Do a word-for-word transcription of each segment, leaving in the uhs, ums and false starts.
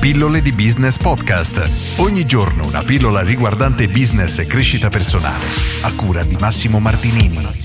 Pillole di Business Podcast. Ogni giorno una pillola riguardante business e crescita personale. A cura di Massimo Martinini.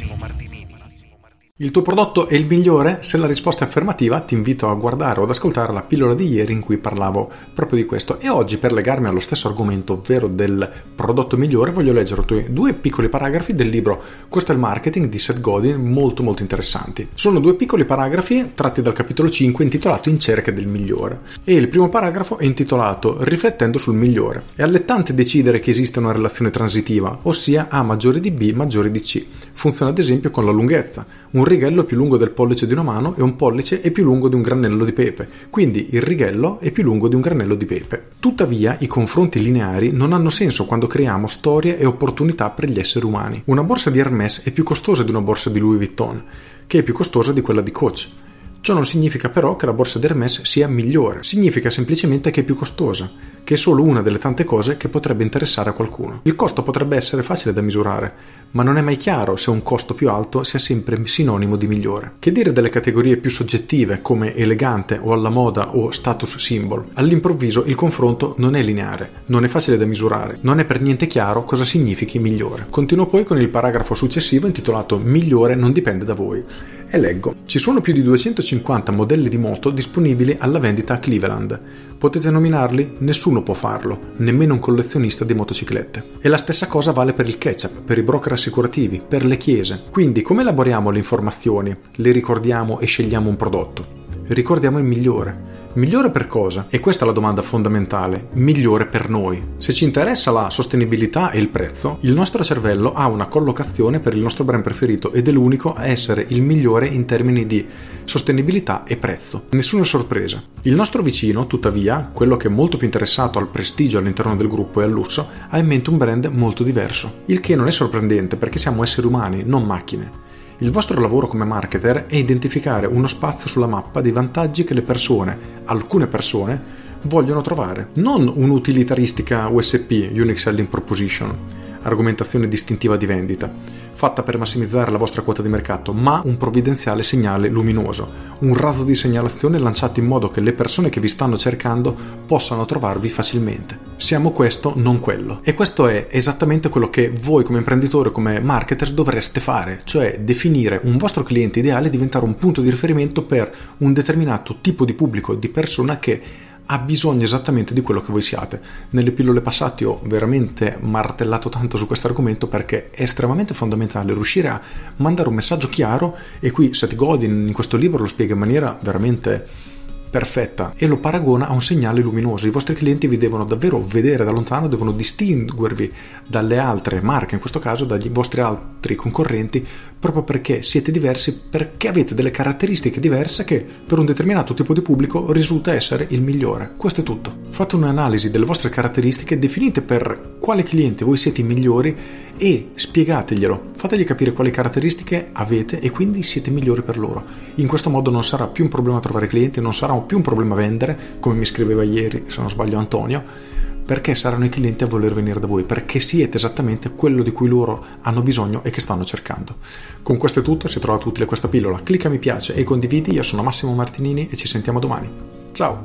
Il tuo prodotto è il migliore? Se la risposta è affermativa, ti invito a guardare o ad ascoltare la pillola di ieri in cui parlavo proprio di questo. E oggi, per legarmi allo stesso argomento, ovvero del prodotto migliore, voglio leggere due piccoli paragrafi del libro Questo è il marketing di Seth Godin, molto molto interessanti. Sono due piccoli paragrafi tratti dal capitolo cinque, intitolato In cerca del migliore. E il primo paragrafo è intitolato Riflettendo sul migliore. È allettante decidere che esiste una relazione transitiva, ossia A maggiore di B maggiore di C. Funziona ad esempio con la lunghezza. Un righello è più lungo del pollice di una mano e un pollice è più lungo di un granello di pepe, quindi il righello è più lungo di un granello di pepe. Tuttavia, i confronti lineari non hanno senso quando creiamo storie e opportunità per gli esseri umani. Una borsa di Hermès è più costosa di una borsa di Louis Vuitton, che è più costosa di quella di Coach. Ciò non significa però che la borsa di Hermès sia migliore, significa semplicemente che è più costosa, che è solo una delle tante cose che potrebbe interessare a qualcuno. Il costo potrebbe essere facile da misurare, ma non è mai chiaro se un costo più alto sia sempre sinonimo di migliore. Che dire delle categorie più soggettive come elegante o alla moda o status symbol? All'improvviso il confronto non è lineare, non è facile da misurare, non è per niente chiaro cosa significhi migliore. Continuo poi con il paragrafo successivo intitolato Migliore non dipende da voi. E leggo: ci sono più di duecentocinquanta modelli di moto disponibili alla vendita a Cleveland. Potete nominarli? Nessuno può farlo, nemmeno un collezionista di motociclette. E la stessa cosa vale per il ketchup, per i broker assicurativi, per le chiese. Quindi come elaboriamo le informazioni? Le ricordiamo e scegliamo un prodotto? Ricordiamo il migliore. Migliore per cosa? E questa è la domanda fondamentale. Migliore per noi. Se ci interessa la sostenibilità e il prezzo, il nostro cervello ha una collocazione per il nostro brand preferito ed è l'unico a essere il migliore in termini di sostenibilità e prezzo. Nessuna sorpresa. Il nostro vicino, tuttavia, quello che è molto più interessato al prestigio all'interno del gruppo e al lusso, ha in mente un brand molto diverso. Il che non è sorprendente perché siamo esseri umani, non macchine. Il vostro lavoro come marketer è identificare uno spazio sulla mappa dei vantaggi che le persone, alcune persone, vogliono trovare. Non un'utilitaristica U S P, Unique Selling Proposition, argomentazione distintiva di vendita, fatta per massimizzare la vostra quota di mercato, ma un provvidenziale segnale luminoso, un razzo di segnalazione lanciato in modo che le persone che vi stanno cercando possano trovarvi facilmente. Siamo questo, non quello. E questo è esattamente quello che voi come imprenditore, come marketer dovreste fare, cioè definire un vostro cliente ideale e diventare un punto di riferimento per un determinato tipo di pubblico, di persona che ha bisogno esattamente di quello che voi siate. Nelle pillole passate ho veramente martellato tanto su questo argomento perché è estremamente fondamentale riuscire a mandare un messaggio chiaro, e qui Seth Godin in questo libro lo spiega in maniera veramente perfetta e lo paragona a un segnale luminoso. I vostri clienti vi devono davvero vedere da lontano, devono distinguervi dalle altre marche, in questo caso dagli vostri altri concorrenti, proprio perché siete diversi, perché avete delle caratteristiche diverse che per un determinato tipo di pubblico risulta essere il migliore. Questo è tutto. Fate un'analisi delle vostre caratteristiche, definite per quale cliente voi siete i migliori e spiegateglielo, fategli capire quali caratteristiche avete e quindi siete migliori per loro. In questo modo non sarà più un problema trovare clienti, non sarà più un problema vendere, come mi scriveva ieri, se non sbaglio, Antonio, perché saranno i clienti a voler venire da voi, perché siete esattamente quello di cui loro hanno bisogno e che stanno cercando. Con questo è tutto, se hai trovato utile questa pillola, clicca mi piace e condividi. Io sono Massimo Martinini e ci sentiamo domani. Ciao!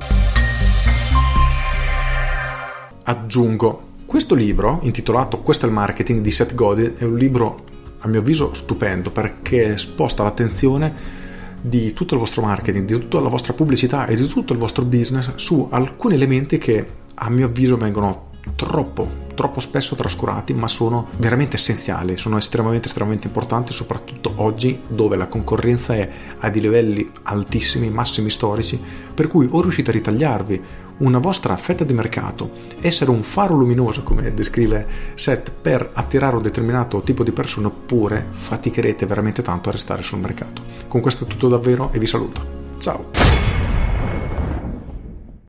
Aggiungo, questo libro, intitolato Questo è il marketing di Seth Godin, è un libro a mio avviso stupendo perché sposta l'attenzione di tutto il vostro marketing, di tutta la vostra pubblicità e di tutto il vostro business su alcuni elementi che a mio avviso vengono troppo, troppo spesso trascurati, ma sono veramente essenziali, sono estremamente, estremamente importanti, soprattutto oggi dove la concorrenza è a dei livelli altissimi, massimi storici, per cui o riuscite a ritagliarvi una vostra fetta di mercato, essere un faro luminoso, come descrive Seth, per attirare un determinato tipo di persone, oppure faticherete veramente tanto a restare sul mercato. Con questo è tutto davvero e vi saluto. Ciao!